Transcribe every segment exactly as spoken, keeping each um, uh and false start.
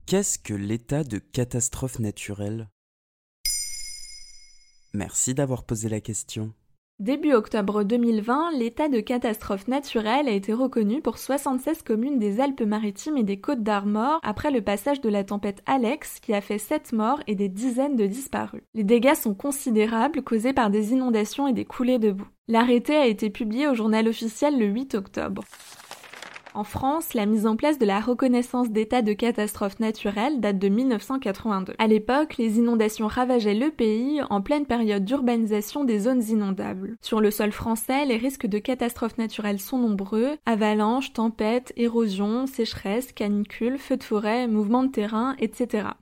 Qu'est-ce que l'état de catastrophe naturelle ? Merci d'avoir posé la question. Début octobre deux mille vingt, l'état de catastrophe naturelle a été reconnu pour soixante-seize communes des Alpes-Maritimes et des Côtes-d'Armor après le passage de la tempête Alex qui a fait sept morts et des dizaines de disparus. Les dégâts sont considérables, causés par des inondations et des coulées de boue. L'arrêté a été publié au journal officiel le huit octobre. En France, la mise en place de la reconnaissance d'état de catastrophe naturelle date de mille neuf cent quatre-vingt-deux. À l'époque, les inondations ravageaient le pays en pleine période d'urbanisation des zones inondables. Sur le sol français, les risques de catastrophes naturelles sont nombreux: avalanches, tempêtes, érosions, sécheresses, canicules, feux de forêt, mouvements de terrain, et cetera.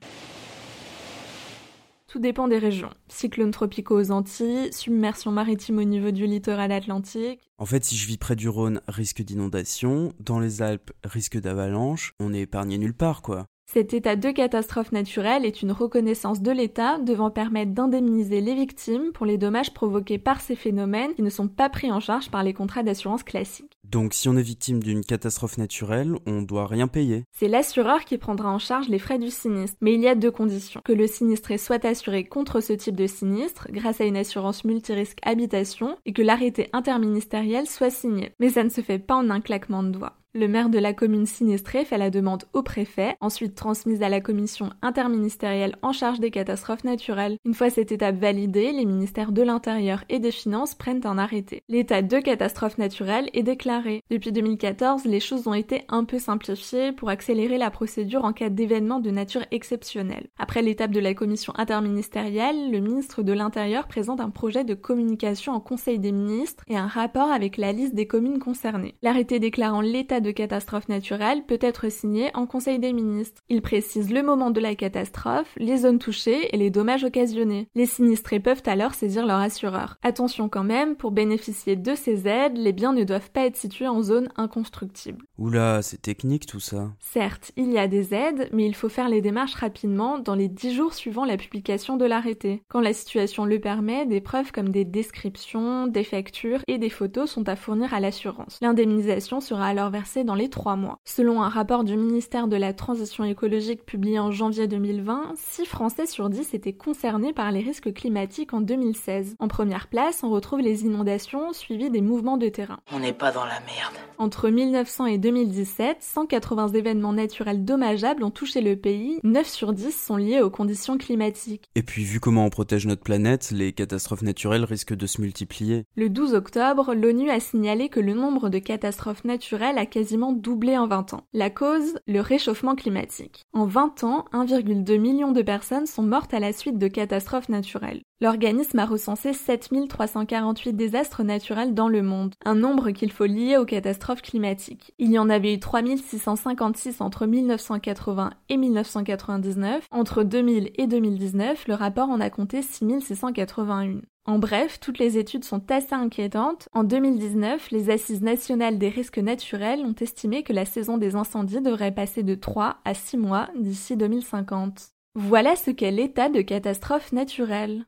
Tout dépend des régions. Cyclones tropicaux aux Antilles, submersion maritime au niveau du littoral atlantique. En fait, si je vis près du Rhône, risque d'inondation. Dans les Alpes, risque d'avalanche. On est épargné nulle part, quoi. Cet état de catastrophe naturelle est une reconnaissance de l'État devant permettre d'indemniser les victimes pour les dommages provoqués par ces phénomènes qui ne sont pas pris en charge par les contrats d'assurance classiques. Donc si on est victime d'une catastrophe naturelle, on doit rien payer. C'est l'assureur qui prendra en charge les frais du sinistre. Mais il y a deux conditions: que le sinistré soit assuré contre ce type de sinistre grâce à une assurance multirisque habitation et que l'arrêté interministériel soit signé. Mais ça ne se fait pas en un claquement de doigts. Le maire de la commune sinistrée fait la demande au préfet, ensuite transmise à la commission interministérielle en charge des catastrophes naturelles. Une fois cette étape validée, les ministères de l'Intérieur et des Finances prennent un arrêté. L'état de catastrophe naturelle est déclaré. Depuis deux mille quatorze, les choses ont été un peu simplifiées pour accélérer la procédure en cas d'événements de nature exceptionnelle. Après l'étape de la commission interministérielle, le ministre de l'Intérieur présente un projet de communication en Conseil des ministres et un rapport avec la liste des communes concernées. L'arrêté déclarant l'état de de catastrophe naturelle peut être signé en Conseil des ministres. Il précise le moment de la catastrophe, les zones touchées et les dommages occasionnés. Les sinistrés peuvent alors saisir leur assureur. Attention quand même, pour bénéficier de ces aides, les biens ne doivent pas être situés en zone inconstructible. Oula, c'est technique tout ça. Certes, il y a des aides, mais il faut faire les démarches rapidement dans les dix jours suivant la publication de l'arrêté. Quand la situation le permet, des preuves comme des descriptions, des factures et des photos sont à fournir à l'assurance. L'indemnisation sera alors versée dans les trois mois. Selon un rapport du ministère de la Transition écologique publié en janvier deux mille vingt, six Français sur dix étaient concernés par les risques climatiques en deux mille seize. En première place, on retrouve les inondations suivies des mouvements de terrain. On n'est pas dans la merde. Entre mille neuf cents et deux mille dix-sept, cent quatre-vingts événements naturels dommageables ont touché le pays, neuf sur dix sont liés aux conditions climatiques. Et puis vu comment on protège notre planète, les catastrophes naturelles risquent de se multiplier. Le douze octobre, l'ONU a signalé que le nombre de catastrophes naturelles a quasiment doublé en vingt ans. La cause, le réchauffement climatique. En vingt ans, un virgule deux million de personnes sont mortes à la suite de catastrophes naturelles. L'organisme a recensé sept mille trois cent quarante-huit désastres naturels dans le monde, un nombre qu'il faut lier aux catastrophes climatiques. Il y en avait eu trois mille six cent cinquante-six entre mille neuf cent quatre-vingts et mille neuf cent quatre-vingt-dix-neuf. Entre deux mille et deux mille dix-neuf, le rapport en a compté six mille six cent quatre-vingt-un. En bref, toutes les études sont assez inquiétantes. En deux mille dix-neuf, les Assises nationales des risques naturels ont estimé que la saison des incendies devrait passer de trois à six mois d'ici deux mille cinquante. Voilà ce qu'est l'état de catastrophe naturelle.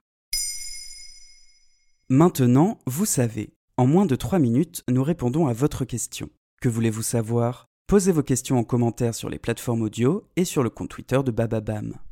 Maintenant, vous savez. En moins de trois minutes, nous répondons à votre question. Que voulez-vous savoir ? Posez vos questions en commentaire sur les plateformes audio et sur le compte Twitter de Bababam.